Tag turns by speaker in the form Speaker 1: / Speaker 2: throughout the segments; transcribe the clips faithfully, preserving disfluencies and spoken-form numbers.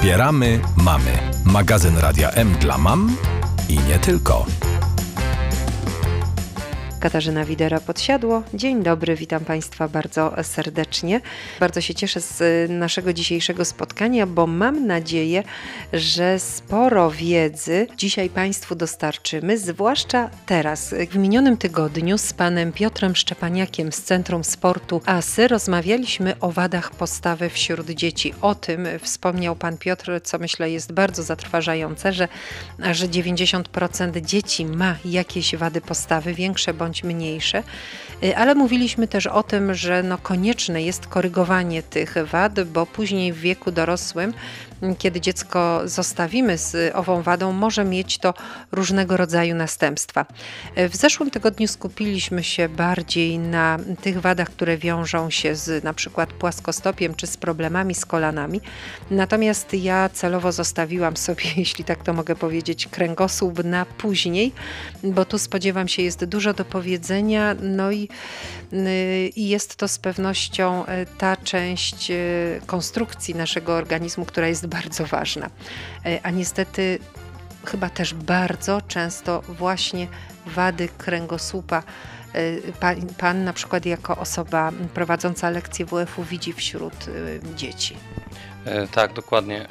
Speaker 1: Wspieramy mamy. Magazyn Radia M dla mam i nie tylko.
Speaker 2: Katarzyna Widera-Podsiadło. Dzień dobry, witam Państwa bardzo serdecznie. Bardzo się cieszę z naszego dzisiejszego spotkania, bo mam nadzieję, że sporo wiedzy dzisiaj Państwu dostarczymy, zwłaszcza teraz. W minionym tygodniu z panem Piotrem Szczepaniakiem z Centrum Sportu ASY rozmawialiśmy o wadach postawy wśród dzieci. O tym wspomniał pan Piotr, co myślę jest bardzo zatrważające, że aż dziewięćdziesiąt procent dzieci ma jakieś wady postawy, większe bądź mniejsze, ale mówiliśmy też o tym, że no konieczne jest korygowanie tych wad, bo później w wieku dorosłym, kiedy dziecko zostawimy z ową wadą, może mieć to różnego rodzaju następstwa. W zeszłym tygodniu skupiliśmy się bardziej na tych wadach, które wiążą się z na przykład płaskostopiem czy z problemami z kolanami. Natomiast ja celowo zostawiłam sobie, jeśli tak to mogę powiedzieć, kręgosłup na później, bo tu spodziewam się jest dużo do powiedzenia, no i, i jest to z pewnością ta część konstrukcji naszego organizmu, która jest bardzo ważna. A niestety chyba też bardzo często właśnie wady kręgosłupa pan, pan na przykład jako osoba prowadząca lekcje W F u widzi wśród dzieci.
Speaker 3: E, tak, dokładnie.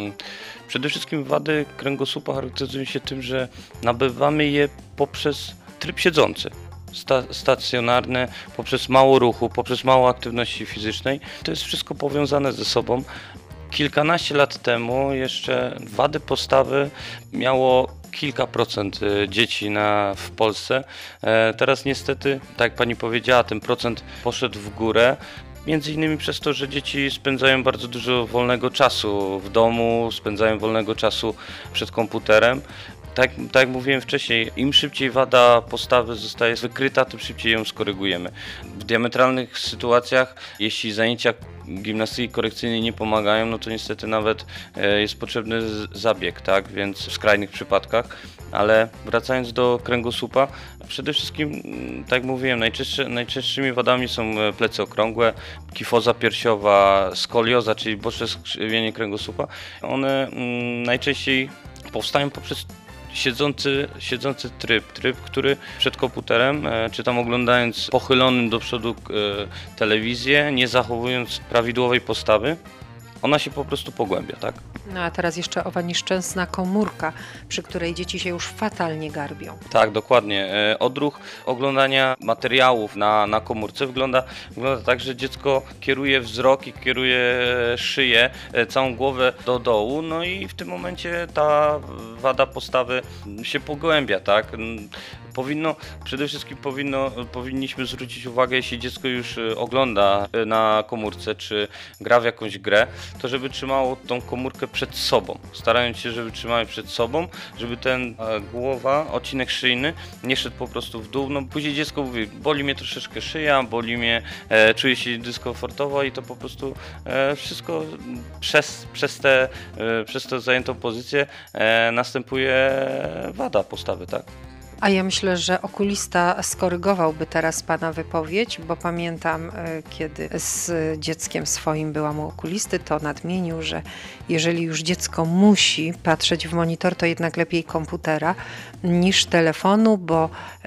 Speaker 3: Przede wszystkim wady kręgosłupa charakteryzują się tym, że nabywamy je poprzez tryb siedzący. Sta- stacjonarne, poprzez mało ruchu, poprzez mało aktywności fizycznej. To jest wszystko powiązane ze sobą. Kilkanaście lat temu jeszcze wady postawy miało kilka procent dzieci na, w Polsce. E, teraz niestety, tak jak pani powiedziała, ten procent poszedł w górę. Między innymi przez to, że dzieci spędzają bardzo dużo wolnego czasu w domu, spędzają wolnego czasu przed komputerem. Tak, tak jak mówiłem wcześniej, im szybciej wada postawy zostaje wykryta, tym szybciej ją skorygujemy. W diametralnych sytuacjach, jeśli zajęcia gimnastyki korekcyjnej nie pomagają, no to niestety nawet jest potrzebny zabieg, tak? Więc w skrajnych przypadkach. Ale wracając do kręgosłupa, przede wszystkim, tak jak mówiłem, najczęstszy, najczęstszymi wadami są plecy okrągłe, kifoza piersiowa, skolioza, czyli boczne skrzywienie kręgosłupa. One mm, najczęściej powstają poprzez Siedzący, siedzący tryb, tryb, który przed komputerem, e, czy tam oglądając pochylonym do przodu e, telewizję, nie zachowując prawidłowej postawy, ona się po prostu pogłębia, tak?
Speaker 2: No a teraz jeszcze owa nieszczęsna komórka, przy której dzieci się już fatalnie garbią.
Speaker 3: Tak, dokładnie. E, odruch oglądania materiałów na, na komórce wygląda, wygląda tak, że dziecko kieruje wzrok i kieruje szyję, e, całą głowę do dołu, no i w tym momencie ta wada postawy się pogłębia, tak? Powinno, przede wszystkim powinno, powinniśmy zwrócić uwagę, jeśli dziecko już ogląda na komórce, czy gra w jakąś grę, to żeby trzymało tą komórkę przed sobą, starając się, żeby trzymały przed sobą, żeby ten e, głowa, odcinek szyjny nie szedł po prostu w dół. No później dziecko mówi, boli mnie troszeczkę szyja, boli mnie, e, czuję się dyskomfortowo i to po prostu e, wszystko przez, przez, te, e, przez tę zajętą pozycję e, następuje wada postawy, tak?
Speaker 2: A ja myślę, że okulista skorygowałby teraz pana wypowiedź, bo pamiętam, kiedy z dzieckiem swoim byłam u okulisty, to nadmienił, że jeżeli już dziecko musi patrzeć w monitor, to jednak lepiej komputera niż telefonu, bo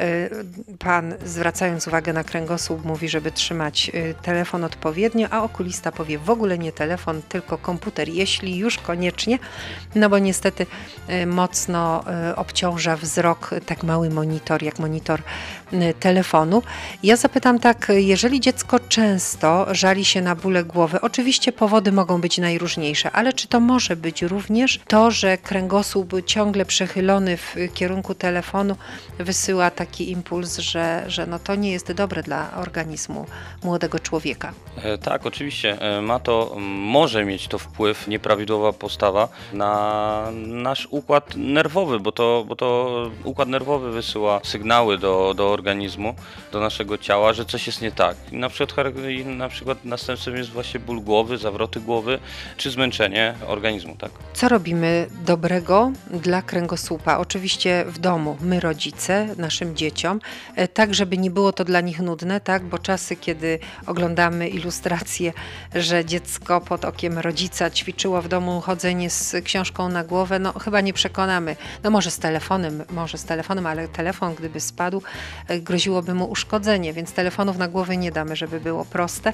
Speaker 2: pan, zwracając uwagę na kręgosłup, mówi, żeby trzymać telefon odpowiednio, a okulista powie w ogóle nie telefon, tylko komputer, jeśli już koniecznie, no bo niestety mocno obciąża wzrok tak mały monitor, jak monitor telefonu. Ja zapytam tak, jeżeli dziecko często żali się na bóle głowy, oczywiście powody mogą być najróżniejsze, ale czy to może być również to, że kręgosłup ciągle przechylony w kierunku telefonu wysyła taki impuls, że, że no to nie jest dobre dla organizmu młodego człowieka?
Speaker 3: E, tak, oczywiście. E, ma to, może mieć to wpływ, nieprawidłowa postawa na nasz układ nerwowy, bo to, bo to układ nerwowy wysyła sygnały do, do organizmu, do naszego ciała, że coś jest nie tak. I na przykład, i na przykład następstwem jest właśnie ból głowy, zawroty głowy, czy zmęczenie organizmu. Tak?
Speaker 2: Co robimy dobrego dla kręgosłupa? Oczywiście w domu, my rodzice, naszym dzieciom, tak żeby nie było to dla nich nudne, tak? Bo czasy, kiedy oglądamy ilustracje, że dziecko pod okiem rodzica ćwiczyło w domu chodzenie z książką na głowę, no chyba nie przekonamy. No może z telefonem, może z telefonem, ale telefon gdyby spadł, groziłoby mu uszkodzenie, więc telefonów na głowę nie damy, żeby było proste.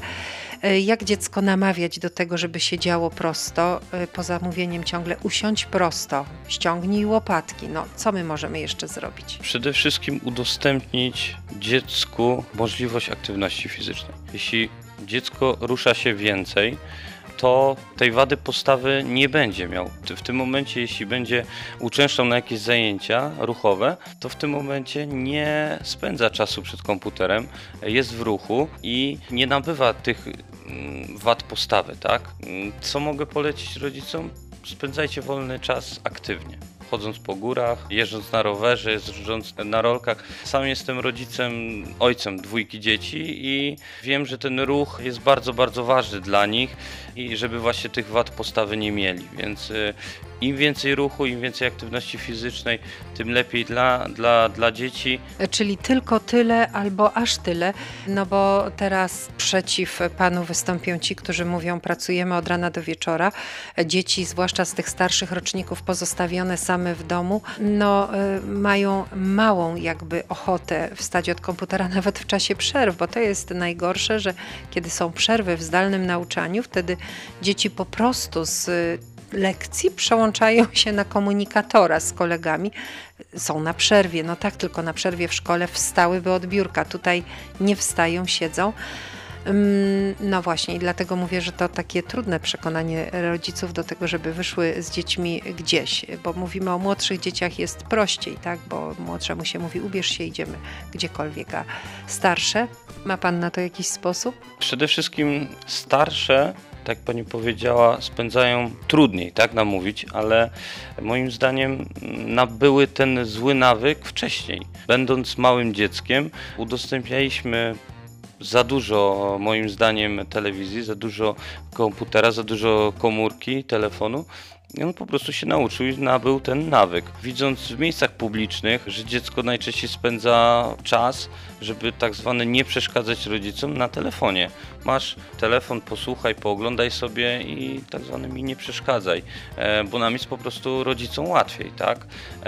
Speaker 2: Jak dziecko namawiać do tego, żeby siedziało prosto, poza mówieniem ciągle usiądź prosto, ściągnij łopatki, no co my możemy jeszcze zrobić?
Speaker 3: Przede wszystkim udostępnić dziecku możliwość aktywności fizycznej. Jeśli dziecko rusza się więcej, to tej wady postawy nie będzie miał. W tym momencie, jeśli będzie uczęszczał na jakieś zajęcia ruchowe, to w tym momencie nie spędza czasu przed komputerem, jest w ruchu i nie nabywa tych wad postawy, tak? Co mogę polecić rodzicom? Spędzajcie wolny czas aktywnie. Chodząc po górach, jeżdżąc na rowerze, jeżdżąc na rolkach. Sam jestem rodzicem, ojcem dwójki dzieci i wiem, że ten ruch jest bardzo, bardzo ważny dla nich i żeby właśnie tych wad postawy nie mieli, więc im więcej ruchu, im więcej aktywności fizycznej, tym lepiej dla, dla, dla dzieci.
Speaker 2: Czyli tylko tyle albo aż tyle, no bo teraz przeciw panu wystąpią ci, którzy mówią, pracujemy od rana do wieczora. Dzieci, zwłaszcza z tych starszych roczników, pozostawione same w domu, no mają małą jakby ochotę wstać od komputera nawet w czasie przerw, bo to jest najgorsze, że kiedy są przerwy w zdalnym nauczaniu, wtedy dzieci po prostu z lekcji przełączają się na komunikatora z kolegami, są na przerwie, no tak, tylko na przerwie w szkole wstałyby od biurka, tutaj nie wstają, siedzą. No właśnie i dlatego mówię, że to takie trudne przekonanie rodziców do tego, żeby wyszły z dziećmi gdzieś, bo mówimy o młodszych dzieciach jest prościej, tak, bo młodszemu się mówi ubierz się, idziemy gdziekolwiek, a starsze, ma pan na to jakiś sposób?
Speaker 3: Przede wszystkim starsze, tak jak pani powiedziała, spędzają trudniej, tak namówić, ale moim zdaniem nabyły ten zły nawyk wcześniej. Będąc małym dzieckiem, udostępnialiśmy za dużo, moim zdaniem, telewizji, za dużo komputera, za dużo komórki, telefonu. I on po prostu się nauczył i nabył ten nawyk. Widząc w miejscach publicznych, że dziecko najczęściej spędza czas, żeby tak zwane nie przeszkadzać rodzicom na telefonie. Masz telefon, posłuchaj, pooglądaj sobie i tak zwane mi nie przeszkadzaj, e, bo nam jest po prostu rodzicom łatwiej, tak?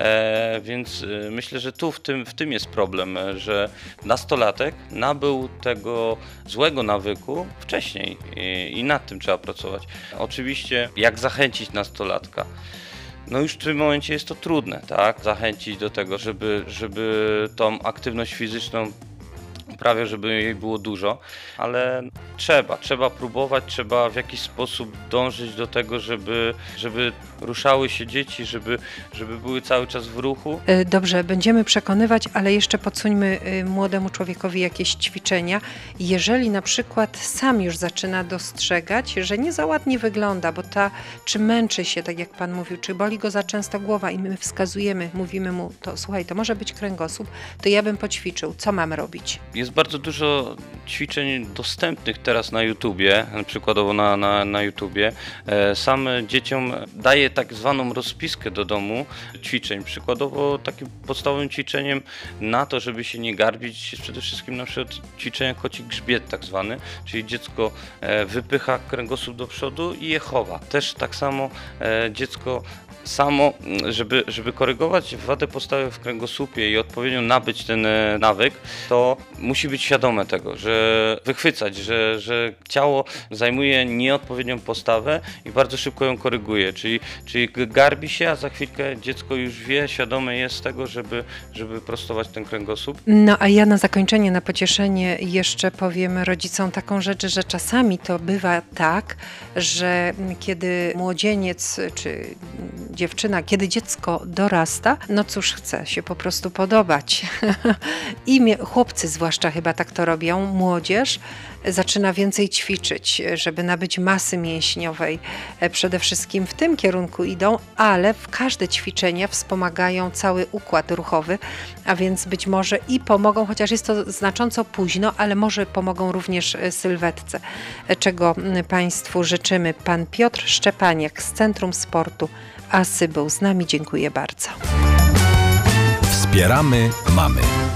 Speaker 3: E, więc e, myślę, że tu w tym, w tym jest problem, że nastolatek nabył tego złego nawyku wcześniej i, i nad tym trzeba pracować. Oczywiście jak zachęcić nastolatka? No już w tym momencie jest to trudne, tak? Zachęcić do tego, żeby, żeby tą aktywność fizyczną prawie, żeby jej było dużo, ale trzeba, trzeba próbować, trzeba w jakiś sposób dążyć do tego, żeby, żeby ruszały się dzieci, żeby, żeby były cały czas w ruchu.
Speaker 2: Dobrze, będziemy przekonywać, ale jeszcze podsuńmy młodemu człowiekowi jakieś ćwiczenia. Jeżeli na przykład sam już zaczyna dostrzegać, że nie za ładnie wygląda, bo ta, czy męczy się, tak jak pan mówił, czy boli go za często głowa i my wskazujemy, mówimy mu, to słuchaj, to może być kręgosłup, to ja bym poćwiczył, co mam robić?
Speaker 3: Jest bardzo dużo ćwiczeń dostępnych teraz na YouTubie, przykładowo na, na, na YouTubie. Sam dzieciom daję tak zwaną rozpiskę do domu ćwiczeń. Przykładowo takim podstawowym ćwiczeniem na to, żeby się nie garbić, jest przede wszystkim na przykład ćwiczenie koci grzbiet tak zwany, czyli dziecko wypycha kręgosłup do przodu i je chowa. Też tak samo dziecko samo, żeby, żeby korygować wadę postawy w kręgosłupie i odpowiednio nabyć ten nawyk, to musi być świadome tego, że wychwycać, że, że ciało zajmuje nieodpowiednią postawę i bardzo szybko ją koryguje, czyli, czyli garbi się, a za chwilkę dziecko już wie, świadome jest tego, żeby, żeby prostować ten kręgosłup.
Speaker 2: No a ja na zakończenie, na pocieszenie jeszcze powiem rodzicom taką rzecz, że czasami to bywa tak, że kiedy młodzieniec czy dziewczyna, kiedy dziecko dorasta, no cóż, chce się po prostu podobać. I chłopcy zwłaszcza zwłaszcza chyba tak to robią, młodzież zaczyna więcej ćwiczyć, żeby nabyć masy mięśniowej. Przede wszystkim w tym kierunku idą, ale w każde ćwiczenia wspomagają cały układ ruchowy, a więc być może i pomogą, chociaż jest to znacząco późno, ale może pomogą również sylwetce, czego Państwu życzymy. Pan Piotr Szczepaniak z Centrum Sportu Asy był z nami. Dziękuję bardzo.
Speaker 1: Wspieramy mamy.